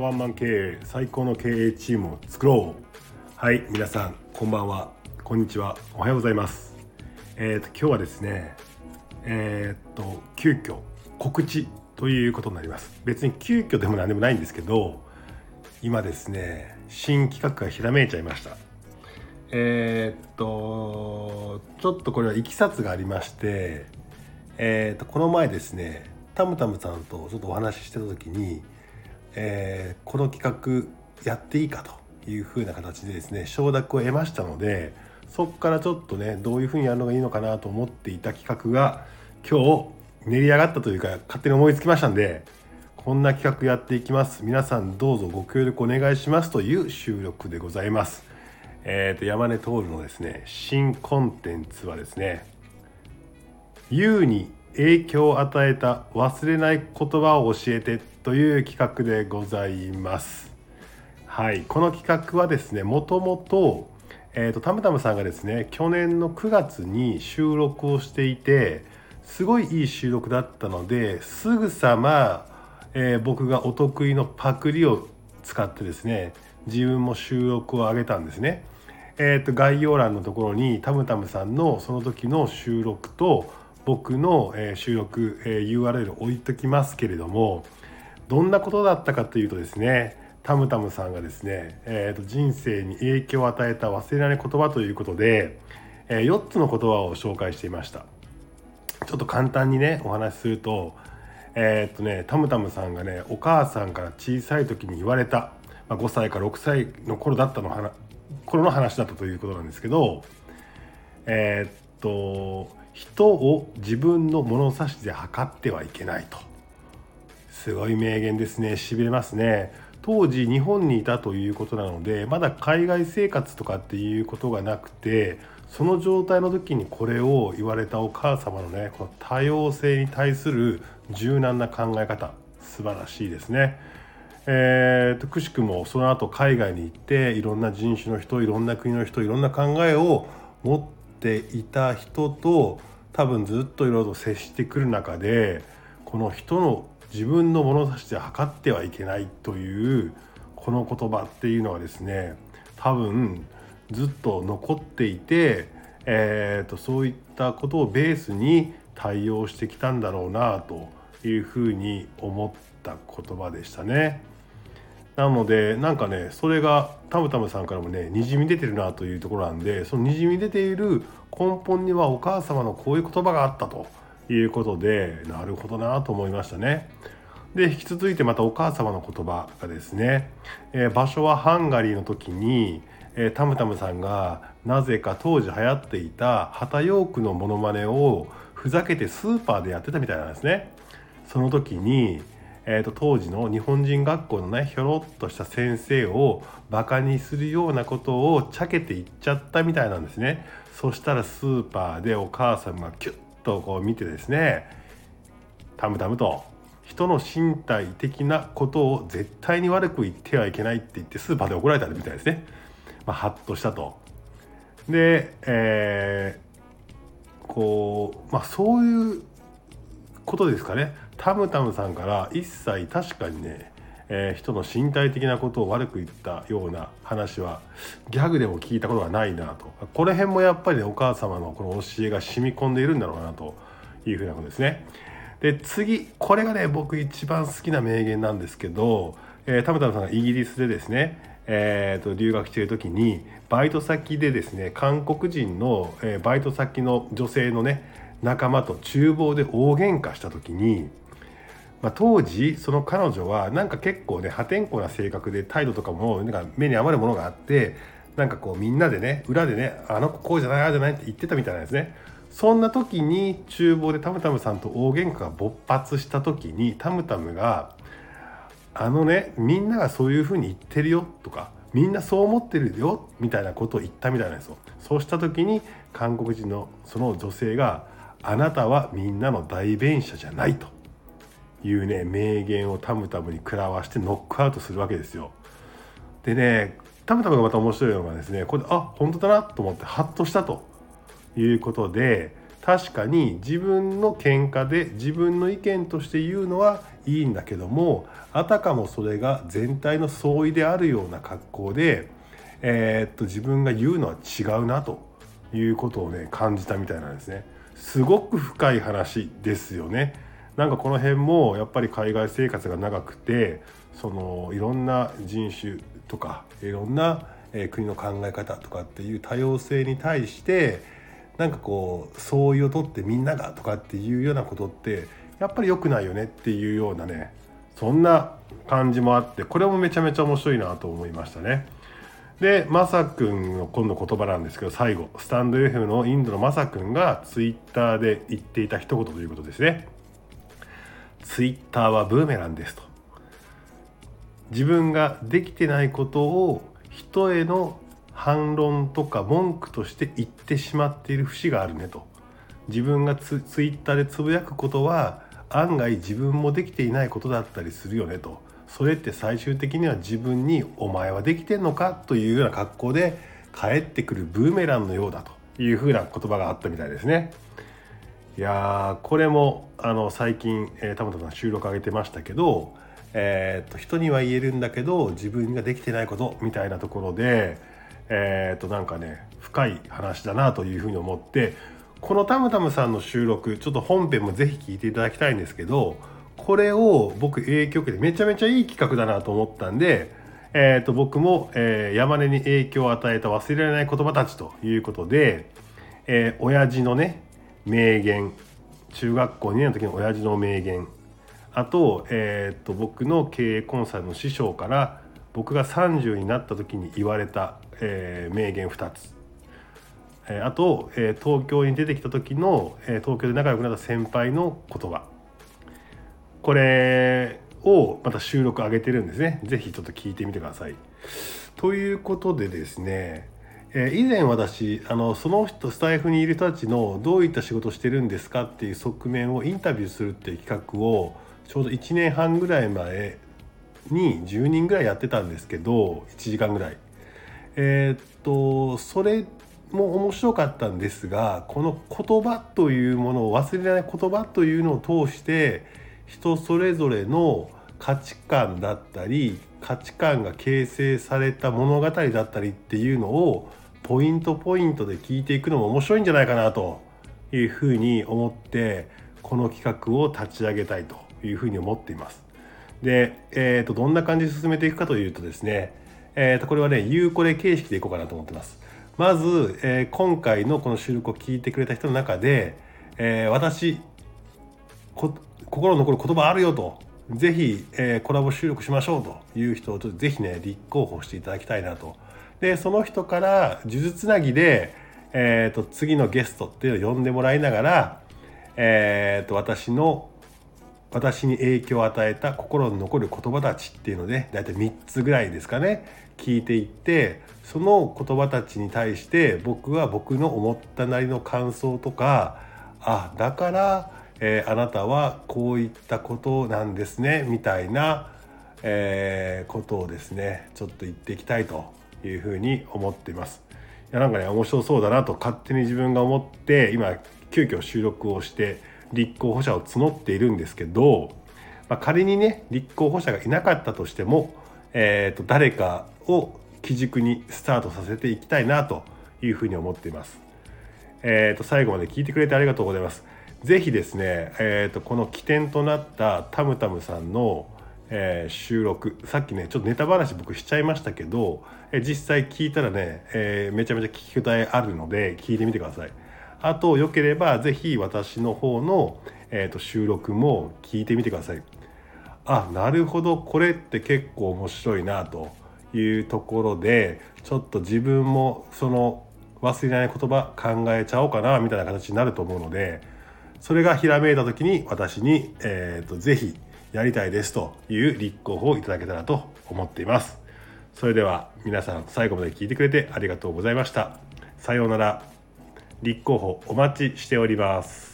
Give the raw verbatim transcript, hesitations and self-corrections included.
ワンマン経営、最高の経営チームを作ろう。はい、皆さんこんばんは、こんにちは、おはようございます。えーと今日はですねえーと急遽告知ということになります。別に急遽でも何でもないんですけど、今ですね新企画がひらめいちゃいました。えーとちょっとこれはいきさつがありまして、えーとこの前ですねタムタムさんとちょっとお話ししてた時に、えーこの企画やっていいかというふうな形でですね承諾を得ましたので、そこからちょっとねどういうふうにやるのがいいのかなと思っていた企画が今日練り上がったというか勝手に思いつきましたんで、こんな企画やっていきます、皆さんどうぞご協力お願いしますという収録でございます。えーと山根徹のですね新コンテンツはですね、 ユー に影響を与えた忘れない言葉を教えてという企画でございます。はい、この企画はですねもともとえーとタムタムさんがですね去年のくがつに収録をしていて、すごいいい収録だったのですぐさま、えー僕がお得意のパクリを使ってですね自分も収録を上げたんですね。えーと概要欄のところにタムタムさんのその時の収録と僕の、えー収録、えー ユーアールエル 置いときますけれども、どんなことだったかというとですね、タムタムさんがですね、えーと人生に影響を与えた忘れられない言葉ということで、えーよっつの言葉を紹介していました。ちょっと簡単にねお話しすると、えーっとねタムタムさんがねお母さんから小さい時に言われた、まあ、ごさいかろくさいの頃だったの話頃の話だったということなんですけど、えーっと人を自分の物差しで測ってはいけないと。すごい名言ですね。しびれますね。当時日本にいたということなので、まだ海外生活とかっていうことがなくて、その状態の時にこれを言われたお母様のねこの多様性に対する柔軟な考え方、素晴らしいですね。えー、とくしくもその後海外に行っていろんな人種の人、いろんな国の人、いろんな考えを持っていた人と多分ずっといろいろと接してくる中で、この人の自分の物差しで測ってはいけないというこの言葉っていうのはですね、多分ずっと残っていて、えー、とそういったことをベースに対応してきたんだろうなというふうに思った言葉でしたね。なのでなんかねそれがタムタムさんからもねにじみ出てるなというところなんで、そのにじみ出ている根本にはお母様のこういう言葉があったということで、なるほどなと思いましたね。で引き続いてまたお母様の言葉がですね、えー場所はハンガリーの時に、えータムタムさんがなぜか当時流行っていたハタヨークのモノマネをふざけてスーパーでやってたみたいなんですね。その時に、えーと当時の日本人学校のねひょろっとした先生をバカにするようなことをちゃけて言っちゃったみたいなんですね。そしたらスーパーでお母さんがキュッとこう見てですね、タムタムと人の身体的なことを絶対に悪く言ってはいけないって言ってスーパーで怒られたみたいですね。まあ、ハッとしたと。で、えーこうまあそういうことですかね。タムタムさんから一切確かにね、えー人の身体的なことを悪く言ったような話はギャグでも聞いたことがないなと。この辺もやっぱり、ね、お母様のこの教えが染み込んでいるんだろうなというふうなことですね。で次、これがね僕一番好きな名言なんですけど、えータムタムさんがイギリスでですね、えーと留学している時にバイト先でですね韓国人の、えーバイト先の女性のね仲間と厨房で大喧嘩した時に、まあ、当時その彼女はなんか結構ね破天荒な性格で態度とかもなんか目に余るものがあって、なんかこうみんなでね裏でねあの子こうじゃないああじゃないって言ってたみたいなんですね。そんな時に厨房でタムタムさんと大喧嘩が勃発した時にタムタムがあのねみんながそういう風に言ってるよとか、みんなそう思ってるよみたいなことを言ったみたいなんですよ。そうした時に韓国人のその女性が、あなたはみんなの代弁者じゃないというね名言をタムタムに食らわしてノックアウトするわけですよ。でねタムタムがまた面白いのがですね、これあ本当だなと思ってハッとしたということで、 確かに自分の見解で自分の意見として言うのはいいんだけども、あたかもそれが全体の相違であるような格好で、えー、っと自分が言うのは違うなということをね感じたみたいなんですね。すごく深い話ですよね。なんかこの辺もやっぱり海外生活が長くて、そのいろんな人種とかいろんな国の考え方とかっていう多様性に対してなんかこう相違を取ってみんながとかっていうようなことってやっぱり良くないよねっていうようなね、そんな感じもあって、これもめちゃめちゃ面白いなと思いましたね。でマサ君の今度言葉なんですけど、最後スタンド エフエム のインドのマサ君がツイッターで言っていた一言ということですね。ツイッターはブーメランですと。自分ができてないことを人への反論とか文句として言ってしまっている節があるねと。自分がツ, ツイッターでつぶやくことは案外自分もできていないことだったりするよねと。それって最終的には自分にお前はできてんのかというような格好で返ってくるブーメランのようだというふうな言葉があったみたいですね。いやーこれもあの最近、えー、たまたま収録上げてましたけど、えー、っと人には言えるんだけど自分ができてないことみたいなところで、えー、っとなんかね深い話だなというふうに思って、このたむたむさんの収録ちょっと本編もぜひ聞いていただきたいんですけど、これを僕影響を受けてめちゃめちゃいい企画だなと思ったんで、えー、と僕も、えー、山根に影響を与えた忘れられない言葉たちということで、えー、親父のね名言、中学校にねんの時の親父の名言、あと,、えー、と僕の経営コンサルの師匠から僕がさんじゅうになった時に言われた、えー、名言ふたつ、えー、あと、えー、東京に出てきた時の、えー、東京で仲良くなった先輩の言葉、これをまた収録上げてるんですね。ぜひちょっと聞いてみてください。ということでですね、えー、以前私あのその人スタイフにいる人たちのどういった仕事してるんですかっていう側面をインタビューするっていう企画をちょうどいちねんはんぐらい前にじゅうにんぐらいやってたんですけど、いちじかんぐらい、えー、っとそれも面白かったんですが、この言葉というものを忘れられない言葉というのを通して人それぞれの価値観だったり価値観が形成された物語だったりっていうのをポイントポイントで聞いていくのも面白いんじゃないかなというふうに思って、この企画を立ち上げたいというふうに思っています。で、えー、とどんな感じで進めていくかというとですね、えー、とこれはねユーコレ形式でいこうかなと思ってます。まず、えー、今回のこの収録を聞いてくれた人の中で、えー、私こ心残る言葉あるよと、ぜひ、えー、コラボ収録しましょうという人をちょっとぜひね立候補していただきたいなと。でその人から数珠つなぎで、えー、と次のゲストっていうのを呼んでもらいながら、えー、と私の私に影響を与えた心に残る言葉たちっていうのでだいたいみっつぐらいですかね聞いていって、その言葉たちに対して僕は僕の思ったなりの感想とか、あだから、えー、あなたはこういったことなんですねみたいな、えー、ことをですねちょっと言っていきたいというふうに思っています。いやなんかね面白そうだなと勝手に自分が思って今急遽収録をして立候補者を募っているんですけど、まあ、仮にね立候補者がいなかったとしても、えー、と誰かを基軸にスタートさせていきたいなというふうに思っています。えー、と最後まで聞いてくれてありがとうございます。ぜひですね、えー、とこの起点となったタムタムさんの、えー、収録、さっきねちょっとネタ話僕しちゃいましたけど、えー、実際聞いたらね、えー、めちゃめちゃ聞き応えあるので聞いてみてください。あとよければぜひ私の方の、えー、と収録も聞いてみてください。あ、なるほどこれって結構面白いなというところで、ちょっと自分もその忘れない言葉考えちゃおうかなみたいな形になると思うので、それがひらめいた時に私に、えー、とぜひやりたいですという立候補をいただけたらと思っています。それでは皆さん最後まで聞いてくれてありがとうございました。さようなら。立候補お待ちしております。